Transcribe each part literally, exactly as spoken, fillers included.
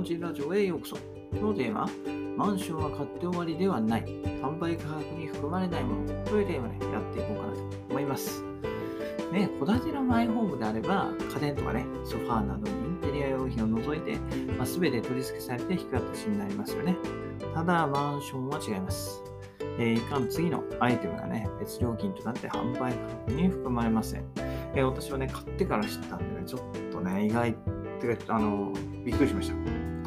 こちらラジオへようこそ。今日のテーマ、マンションは買って終わりではない。販売価格に含まれないものというテーマでやっていこうかなと思います。ね、戸建てのマイホームであれば、家電とかね、ソファーなどのインテリア用品を除いて、まあ、全て取り付けされて低い形になりますよね。ただ、マンションは違います。えー、以下の次のアイテムがね、別料金となって販売価格に含まれません。えー、私はね、買ってから知ったんでね、ちょっとね、意外ってか、あの、びっくりしました。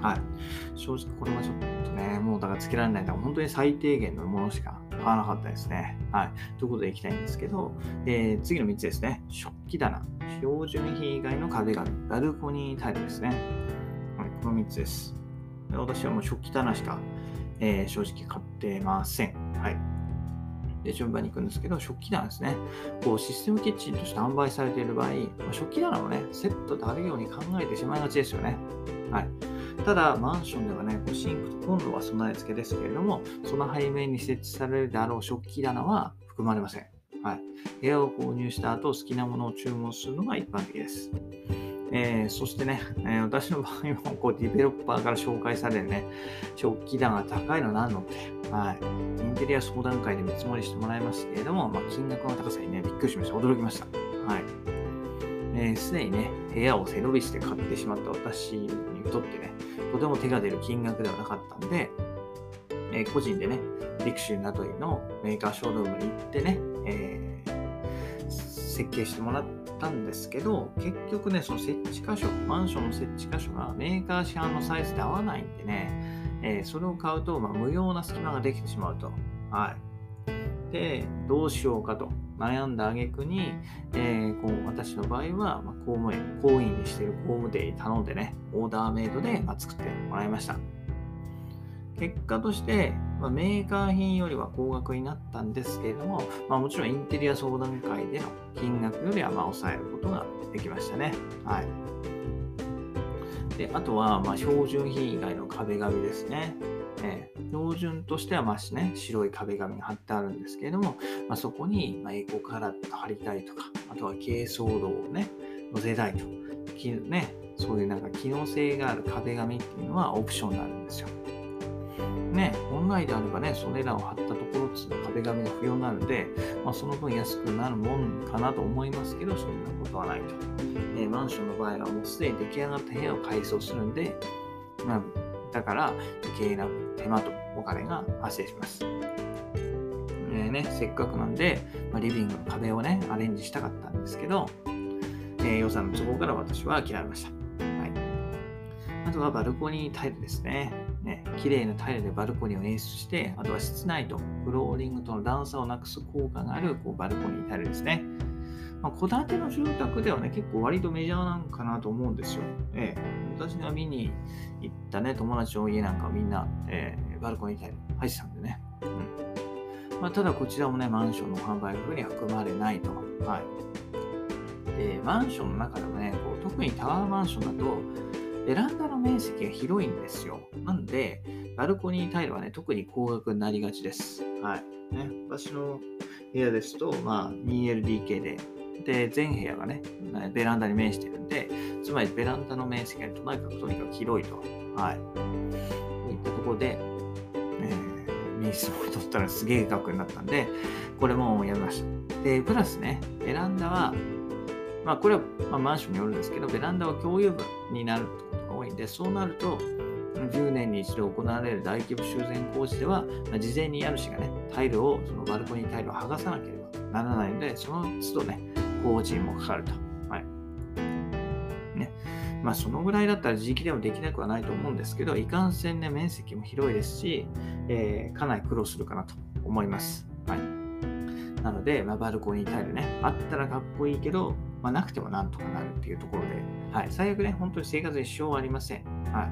はい。正直これはちょっとね、もうだからつけられない。本当に最低限のものしか買わなかったですね。はい。ということでいきたいんですけど、えー、次のみっつですね。食器棚、標準費以外の壁紙、バルコニータイルですね。はい、このみっつです。で私はもう食器棚しか、えー、正直買ってません。はい。で、順番に行くんですけど、食器棚ですね。こう、システムキッチンとして販売されている場合、食器棚をね、セットであるように考えてしまいがちですよね。はい。ただ、マンションではね、シンクとコンロは備え付けですけれども、その背面に設置されるであろう食器棚は含まれません。はい。部屋を購入した後、好きなものを注文するのが一般的です。えー、そしてね、えー、私の場合はこうディベロッパーから紹介されるね、食器棚が高いのなんのって、はい、インテリア相談会で見積もりしてもらいましたけれども、まあ、金額の高さにね、びっくりしました。驚きました。はい。えー、すでにね、部屋を背伸びして買ってしまった私にとってね、とても手が出る金額ではなかったので、えー、個人でね、ビクシーなどのメーカーショールームに行ってね、えー、設計してもらったんですけど、結局ね、その設置箇所、マンションの設置箇所がメーカー市販のサイズで合わないんでね、えー、それを買うと、まあ、無用な隙間ができてしまうと。はい。で、どうしようかと悩んだ挙句に、えー、こう私の場合は、まあ、公務員、公員にしている公務店に頼んでね、オーダーメイドで、まあ、作ってもらいました。結果として、まあ、メーカー品よりは高額になったんですけれども、まあ、もちろんインテリア相談会での金額よりはまあ抑えることができましたね。はい。で、あとは、まあ、標準費以外の壁紙ですね。えー、標準としてはましね、白い壁紙が貼ってあるんですけれども、まあ、そこに、まあ、エコカラット貼りたいとか、あとは珪藻土をね、乗せたいと。ね、そういうなんか機能性がある壁紙っていうのはオプションになるんですよ。ね、本来であればね、それらを貼ったところつの壁紙が不要になるので、まあ、その分安くなるもんかなと思いますけど、そんなことはないと。えー、マンションの場合はもうすでに出来上がった部屋を改装するんで、まあ、だから余計な手間とお金が発生します。えーね、せっかくなんで、まあ、リビングの壁をね、アレンジしたかったんですけど、えー、予算の都合から私は諦めました。はい。あとはバルコニータイルですね。ね、綺麗なタイルでバルコニーを演出して、あとは室内とフローリングとの段差をなくす効果があるこうバルコニータイルですね。まあ、戸建ての住宅ではね、結構割とメジャーなんかなと思うんですよ。ええ、私が見に行ったね、友達の家なんかはみんな、えー、バルコニータイル入ってたんでね。うんまあ、ただこちらもね、マンションの販売価格には含まれないと。はい。で、マンションの中でもね、こう特にタワーマンションだと、ベランダの面積が広いんですよ。なんで、バルコニータイルはね、特に高額になりがちです。はい。ね、私の部屋ですと、まあ、にエルディーケー で、で、全部屋がね、ベランダに面しているんで、つまりベランダの面積がとにかくとにかく広いと。はい。こういったところで、えー、見積もり取ったらすげえ額になったんで、これもやめました。で、プラスね、ベランダは、まあ、これは、まあ、マンションによるんですけど、ベランダは共有分になることが多いんで、そうなると、じゅうねんに一度行われる大規模修繕工事では、まあ、事前に家主がね、タイルを、そのバルコニータイルを剥がさなければならないので、その都度ね、工事もかかると。はい。ね。まあ、そのぐらいだったら自力でもできなくはないと思うんですけど、いかんせんね、面積も広いですし、えー、かなり苦労するかなと思います。はい。なので、まあ、バルコニータイルね、あったらかっこいいけど、まあ、なくてもなんとかなるっていうところで、はい、最悪ね、本当に生活に支障はありません。はい。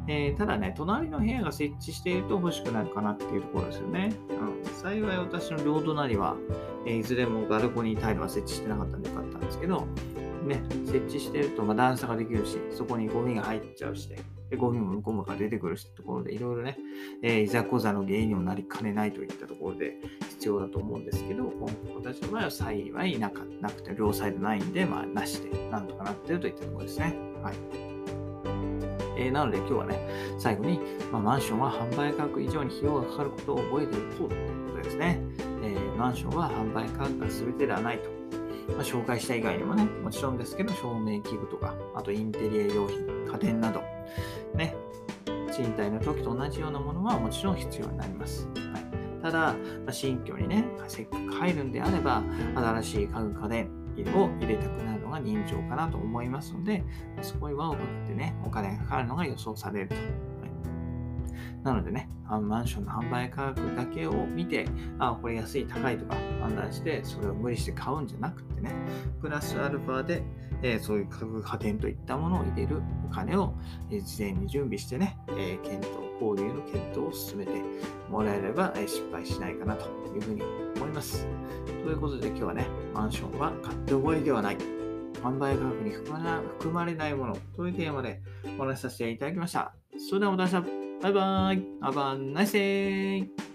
えー、ただね、隣の部屋が設置していると欲しくなるかなっていうところですよね。うん、幸い私の両隣は、えー、いずれもバルコニータイルは設置してなかったんでよかったんですけど、ね、設置しているとまあ段差ができるし、そこにゴミが入っちゃうしで、でゴミも向こうから出てくるしってところで、いろいろね、えー、いざこざの原因にもなりかねないといったところで必要だと思うんですけど、私の場合は幸いなかなくて、両サイドないんで、まあ、なしでなんとかなっているといったところですね。はい。 えー、なので今日はね、最後に、まあ、マンションは販売価格以上に費用がかかることを覚えておこうということですね。えー、マンションは販売価格が全てではないと。まあ、紹介した以外にもね、もちろんですけど、照明器具とか、あとインテリア用品、家電など、ね、賃貸の時と同じようなものはもちろん必要になります。はい、ただ、まあ、新居にね、せっかく入るんであれば、新しい家具家電を入れたくなるのが人情かなと思いますので、そこに輪をかけてね、お金がかかるのが予想されると。なのでね、マンションの販売価格だけを見て、あ、これ安い、高いとか判断して、それを無理して買うんじゃなくてね、プラスアルファで、えー、そういう家具家電といったものを入れるお金を、えー、事前に準備してね、えー、検討、購入の検討を進めてもらえれば、えー、失敗しないかなというふうに思います。ということで今日はね、マンションは買って覚えではない。販売価格に含まれないものというテーマでお話しさせていただきました。それではまた明日。バイバイ。Have a nice day.